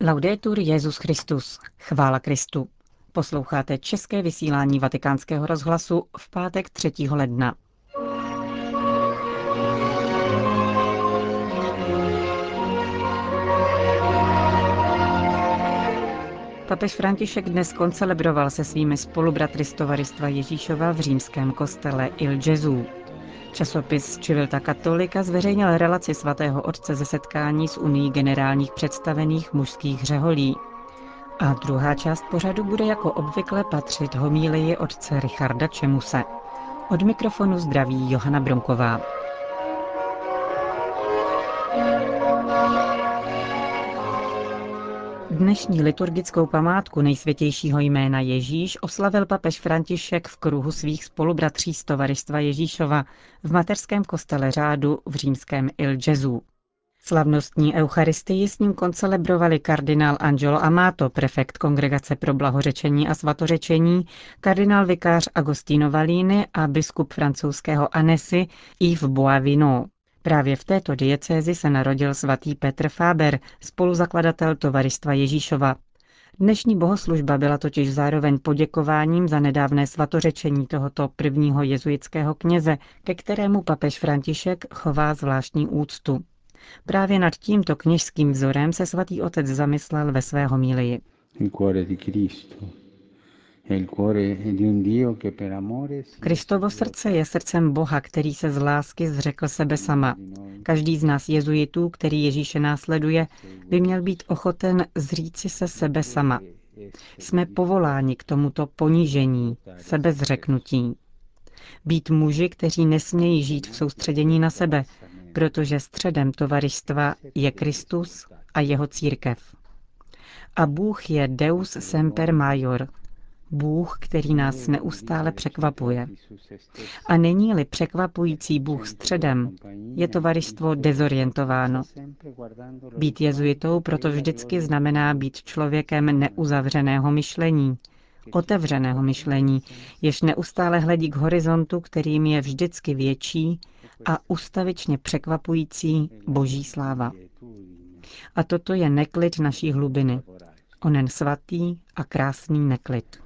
Laudetur Jesus Christus. Chvála Kristu. Posloucháte české vysílání Vatikánského rozhlasu v pátek 3. ledna. Papež František dnes koncelebroval se svými spolubratry z Tovaristva Ježíšova v římském kostele Il Gesù. Časopis Civiltà Cattolica zveřejnil relaci svatého otce ze setkání s Unií generálních představených mužských řeholí. A druhá část pořadu bude jako obvykle patřit homílii otce Richarda Čemuse. Od mikrofonu zdraví Johana Bronková. Dnešní liturgickou památku nejsvětějšího jména Ježíš oslavil papež František v kruhu svých spolubratří z Tovaristva Ježíšova v mateřském kostele řádu v římském Il Gesù. Slavnostní eucharistii s ním koncelebrovali kardinál Angelo Amato, prefekt Kongregace pro blahořečení a svatořečení, kardinál vikář Agostino Valini a biskup francouzského Annecy Yves Boisvinu. Právě v této diecézi se narodil svatý Petr Faber, spoluzakladatel Tovaristva Ježíšova. Dnešní bohoslužba byla totiž zároveň poděkováním za nedávné svatořečení tohoto prvního jezuitského kněze, ke kterému papež František chová zvláštní úctu. Právě nad tímto kněžským vzorem se svatý otec zamyslel ve své homílii. Kristovo srdce je srdcem Boha, který se z lásky zřekl sebe sama. Každý z nás jezuitů, který Ježíše následuje, by měl být ochoten zříci se sebe sama. Jsme povoláni k tomuto ponížení, sebezřeknutí. Být muži, kteří nesmějí žít v soustředění na sebe, protože středem tovaristva je Kristus a jeho církev. A Bůh je Deus semper maior, Bůh, který nás neustále překvapuje. A není-li překvapující Bůh středem, je tovaristvo dezorientováno. Být jezuitou proto vždycky znamená být člověkem neuzavřeného myšlení, otevřeného myšlení, jež neustále hledí k horizontu, kterým je vždycky větší a ustavičně překvapující Boží sláva. A toto je neklid naší hlubiny. Onen svatý a krásný neklid.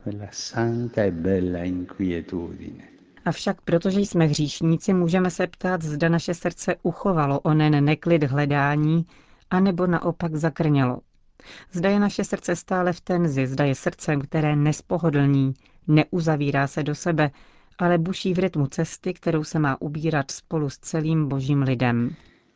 Avšak protože jsme hříšníci, můžeme se ptát, zda naše srdce uchovalo onen neklid hledání, anebo naopak zakrnělo. Zda je naše srdce stále v tenzi, zda je srdcem, které nespohodlní, neuzavírá se do sebe, ale buší v rytmu cesty, kterou se má ubírat spolu s celým božím lidem.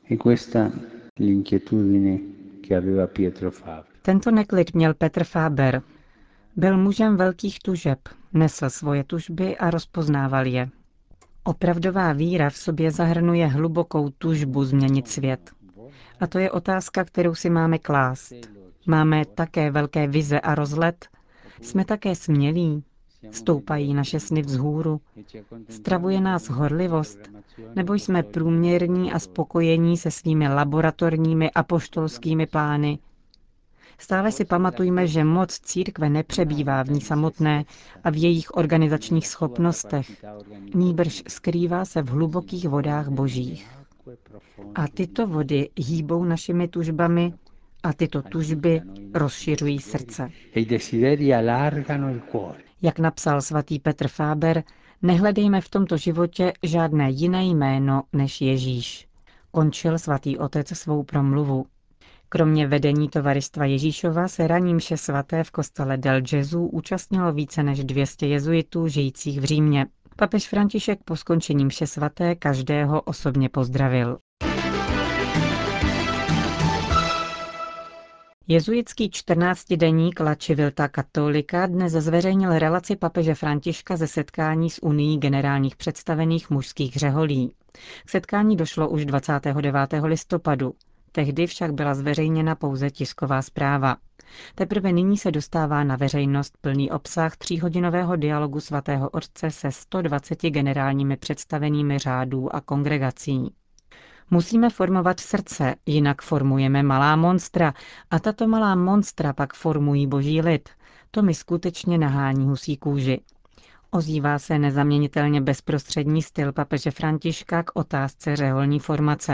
Tento neklid měl Petr Faber. Byl mužem velkých tužeb, nesl svoje tužby a rozpoznával je. Opravdová víra v sobě zahrnuje hlubokou tužbu změnit svět. A to je otázka, kterou si máme klást. Máme také velké vize a rozlet? Jsme také smělí? Stoupají naše sny vzhůru? Stravuje nás horlivost? Nebo jsme průměrní a spokojení se svými laboratorními apoštolskými plány? Stále si pamatujme, že moc církve nepřebývá v ní samotné a v jejich organizačních schopnostech, nýbrž skrývá se v hlubokých vodách božích. A tyto vody hýbou našimi tužbami a tyto tužby rozšiřují srdce. Jak napsal svatý Petr Faber, nehledejme v tomto životě žádné jiné jméno než Ježíš. Končil svatý otec svou promluvu. Kromě vedení Tovaristva Ježíšova se ranní mše svaté v kostele del Gesù účastnilo více než 200 jezuitů žijících v Římě. Papež František po skončení mše svaté každého osobně pozdravil. Jezuitský 14denník La Civiltà Cattolica dnes zveřejnil relaci papeže Františka ze setkání s Unií generálních představených mužských řeholí. K setkání došlo už 29. listopadu. Tehdy však byla zveřejněna pouze tisková zpráva. Teprve nyní se dostává na veřejnost plný obsah 3hodinového dialogu svatého otce se 120 generálními představenými řádů a kongregací. Musíme formovat srdce, jinak formujeme malá monstra a tato malá monstra pak formují boží lid. To mi skutečně nahání husí kůži. Ozývá se nezaměnitelně bezprostřední styl papeže Františka k otázce řeholní formace.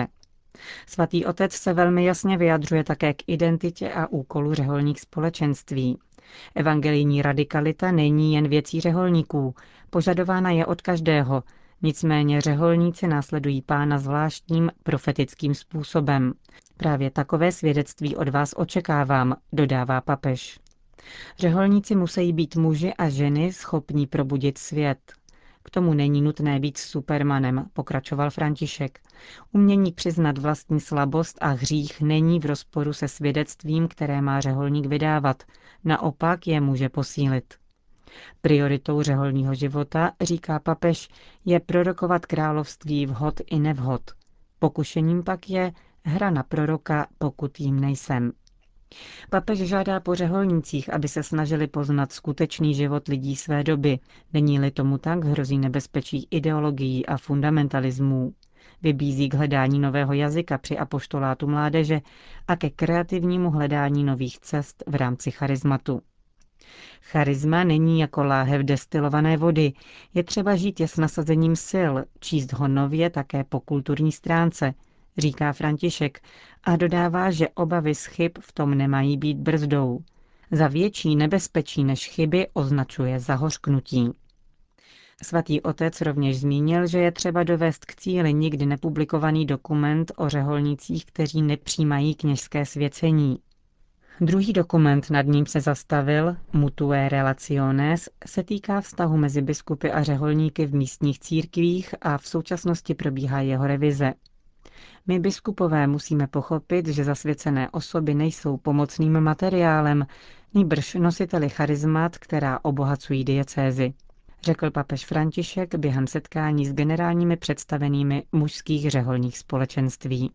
Svatý otec se velmi jasně vyjadřuje také k identitě a úkolu řeholních společenství. Evangelijní radikalita není jen věcí řeholníků, požadována je od každého, nicméně řeholníci následují Pána zvláštním profetickým způsobem. Právě takové svědectví od vás očekávám, dodává papež. Řeholníci musí být muži a ženy schopní probudit svět. K tomu není nutné být supermanem, pokračoval František. Umění přiznat vlastní slabost a hřích není v rozporu se svědectvím, které má řeholník vydávat. Naopak je může posílit. Prioritou řeholního života, říká papež, je prorokovat království vhod i nevhod. Pokušením pak je hra na proroka, pokud jím nejsem. Papež žádá po řeholnících, aby se snažili poznat skutečný život lidí své doby. Není-li tomu tak, hrozí nebezpečí ideologií a fundamentalismů. Vybízí k hledání nového jazyka při apoštolátu mládeže a ke kreativnímu hledání nových cest v rámci charizmatu. Charisma není jako láhev destilované vody. Je třeba žít je s nasazením sil, číst ho nově také po kulturní stránce, říká František a dodává, že obavy z chyb v tom nemají být brzdou. Za větší nebezpečí než chyby označuje zahořknutí. Svatý otec rovněž zmínil, že je třeba dovést k cíli nikdy nepublikovaný dokument o řeholnících, kteří nepřijímají kněžské svěcení. Druhý dokument, nad ním se zastavil, Mutue Relationes, se týká vztahu mezi biskupy a řeholníky v místních církvích a v současnosti probíhá jeho revize. My biskupové musíme pochopit, že zasvěcené osoby nejsou pomocným materiálem, nýbrž nositeli charizmat, která obohacují diecézy, řekl papež František během setkání s generálními představenými mužských řeholních společenství.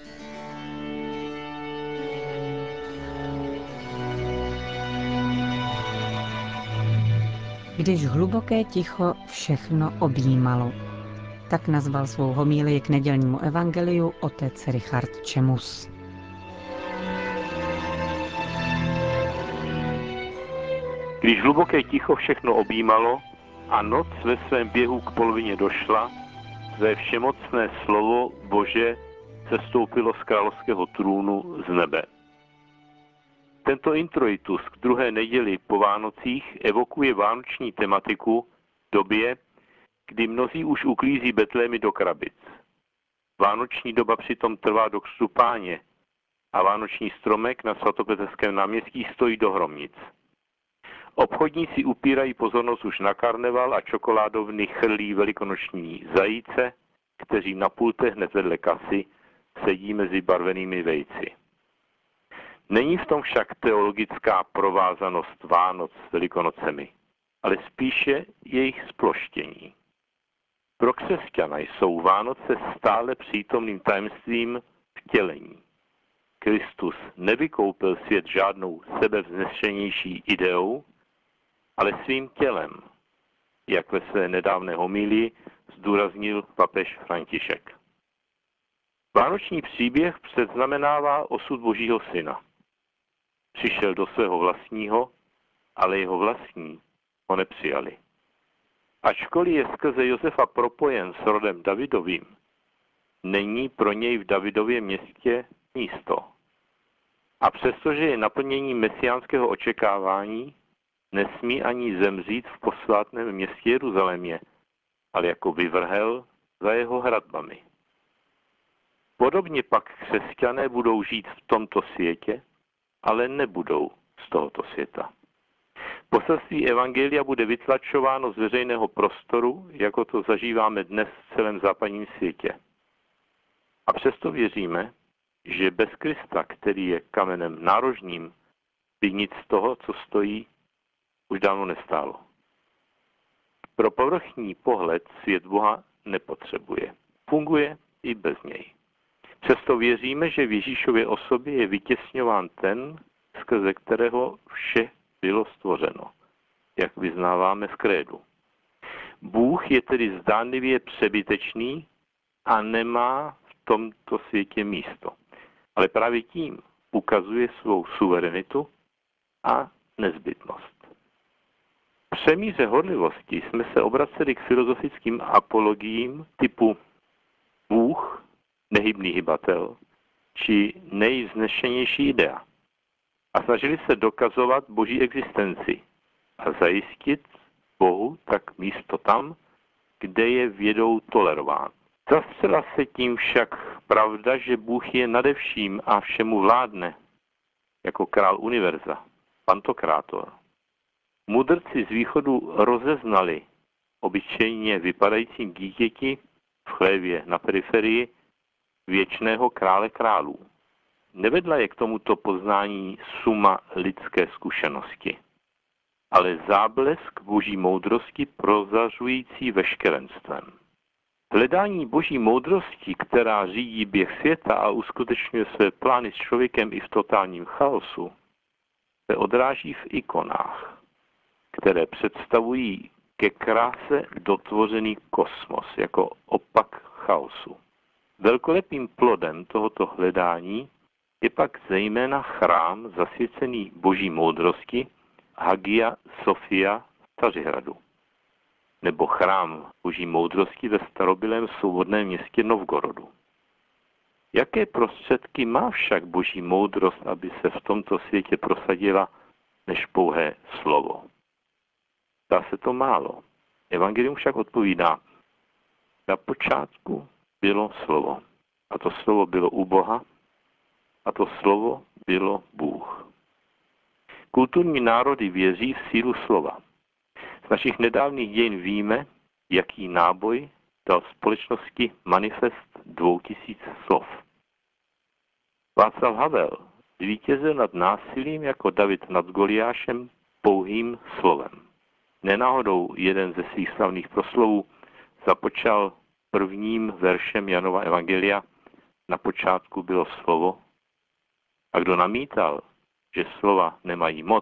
Když hluboké ticho všechno objímalo. Tak nazval svou homílii k nedělnímu evangeliu otec Richard Čemus. Když hluboké ticho všechno objímalo a noc ve svém běhu k polovině došla, tvé všemocné slovo Bože sestoupilo z královského trůnu z nebe. Tento introitus k druhé neděli po Vánocích evokuje vánoční tematiku v době, kdy mnozí už uklízí betlémy do krabic. Vánoční doba přitom trvá do křtu Páně a vánoční stromek na svatopetrském náměstí stojí do hromnic. Obchodníci upírají pozornost už na karneval a čokoládovny chrlí velikonoční zajíce, kteří na pultech hned vedle kasy sedí mezi barvenými vejci. Není v tom však teologická provázanost Vánoc s Velikonocemi, ale spíše jejich sploštění. Pro křesťana jsou Vánoce stále přítomným tajemstvím vtělení. Kristus nevykoupil svět žádnou sebevznešenější ideou, ale svým tělem, jak ve své nedávné homílii zdůraznil papež František. Vánoční příběh předznamenává osud Božího syna. Přišel do svého vlastního, ale jeho vlastní ho nepřijali. Ačkoliv je skrze Josefa propojen s rodem Davidovým, není pro něj v Davidově městě místo. A přestože je naplnění mesiánského očekávání, nesmí ani zemřít v posvátném městě Jeruzalémě, ale jako vyvrhel za jeho hradbami. Podobně pak křesťané budou žít v tomto světě, ale nebudou z tohoto světa. Poselství evangelia bude vytlačováno z veřejného prostoru, jako to zažíváme dnes v celém západním světě. A přesto věříme, že bez Krista, který je kamenem nárožním, by nic z toho, co stojí, už dávno nestálo. Pro povrchní pohled svět Boha nepotřebuje. Funguje i bez něj. Přesto věříme, že v Ježíšově osobě je vytěsňován ten, skrze kterého vše bylo stvořeno, jak vyznáváme v krédu. Bůh je tedy zdánlivě přebytečný a nemá v tomto světě místo. Ale právě tím ukazuje svou suverenitu a nezbytnost. V přemíře horlivosti jsme se obraceli k filozofickým apologiím typu Bůh nehybný hybatel či nejvznešenější idea. A snažili se dokazovat Boží existenci a zajistit Bohu tak místo tam, kde je vědou tolerován. Zastřela se tím však pravda, že Bůh je nadevším a všemu vládne, jako král univerza, pantokrátor. Mudrci z východu rozeznali obyčejně vypadajícím dítěti v chlévě na periferii věčného krále králů. Nevedla je k tomuto poznání suma lidské zkušenosti, ale záblesk Boží moudrosti prozařující veškerenstvem. Hledání Boží moudrosti, která řídí běh světa a uskutečňuje své plány s člověkem i v totálním chaosu, se odráží v ikonách, které představují ke kráse dotvořený kosmos jako opak chaosu. Velkolepým plodem tohoto hledání je pak zejména chrám zasvěcený Boží moudrosti Hagia Sophia v Stařihradu, nebo chrám Boží moudrosti ve starobylém svobodném městě Novgorodu. Jaké prostředky má však Boží moudrost, aby se v tomto světě prosadila, než pouhé slovo? Dá se to málo. Evangelium však odpovídá, na počátku bylo slovo. A to slovo bylo u Boha a to slovo bylo Bůh. Kulturní národy věří v sílu slova. Z našich nedávných dějin víme, jaký náboj dal společnosti manifest 2000 slov. Václav Havel zvítězil nad násilím jako David nad Goliášem pouhým slovem. Nenáhodou jeden ze svých slavných proslovů započal prvním veršem Janova evangelia: na počátku bylo slovo. A kdo namítal, že slova nemají moc,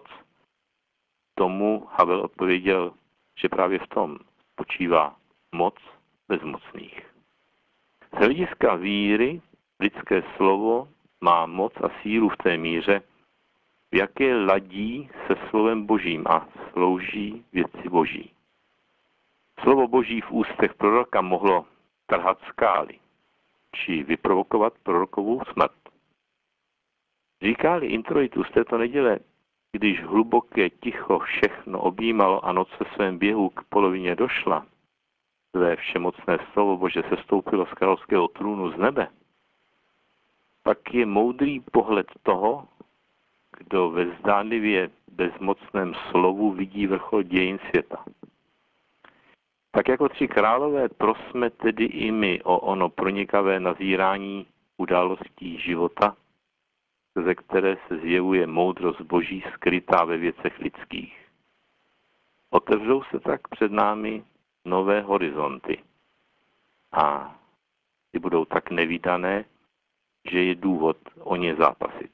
tomu Havel odpověděl, že právě v tom spočívá moc bezmocných. Z hlediska víry lidské slovo má moc a sílu v té míře, v jaké ladí se slovem Božím a slouží věci Boží. Slovo Boží v ústech proroka mohlo trhat skály či vyprovokovat prorokovou smrt. Říká-li introitus této neděle, když hluboké ticho všechno objímalo a noc ve svém běhu k polovině došla, své všemocné slovo Bože sestoupilo z královského trůnu z nebe, pak je moudrý pohled toho, kdo ve zdánlivě bezmocném slovu vidí vrchol dějin světa. Tak jako 3 králové prosme tedy i my o ono pronikavé nazírání událostí života, ze které se zjevuje moudrost Boží skrytá ve věcech lidských. Otevřou se tak před námi nové horizonty a ty budou tak nevídané, že je důvod o ně zápasit.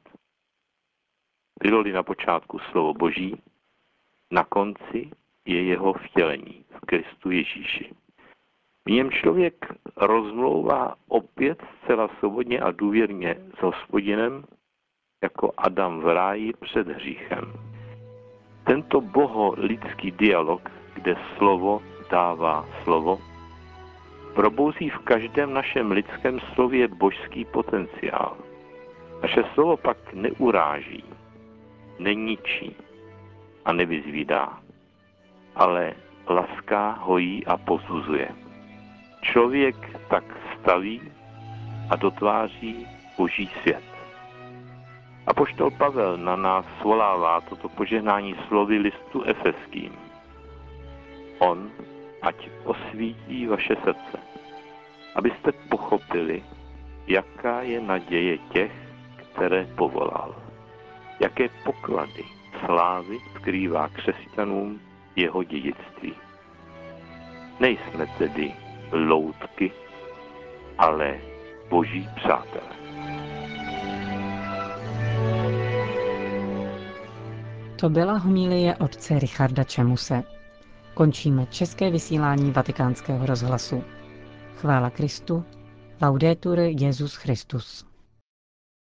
Bylo-li na počátku slovo Boží, na konci je jeho vtělení v Kristu Ježíši. V něm člověk rozmlouvá opět zcela svobodně a důvěrně s Hospodinem, jako Adam v ráji před hříchem. Tento boho-lidský dialog, kde slovo dává slovo, probouzí v každém našem lidském slově božský potenciál. Naše slovo pak neuráží, neničí a nevyzvídá, ale laská, hojí a povzbuzuje. Člověk tak staví a dotváří Boží svět. Apoštol Pavel na nás svolává toto požehnání slovy listu efeským. On ať osvítí vaše srdce, abyste pochopili, jaká je naděje těch, které povolal. Jaké poklady slávy skrývá křesťanům jeho dědictví. Nejsme tedy loutky, ale Boží přátelé. To byla homilie otce Richarda Čemuse. Končíme české vysílání Vatikánského rozhlasu. Chvála Kristu. Laudetur Jesus Christus.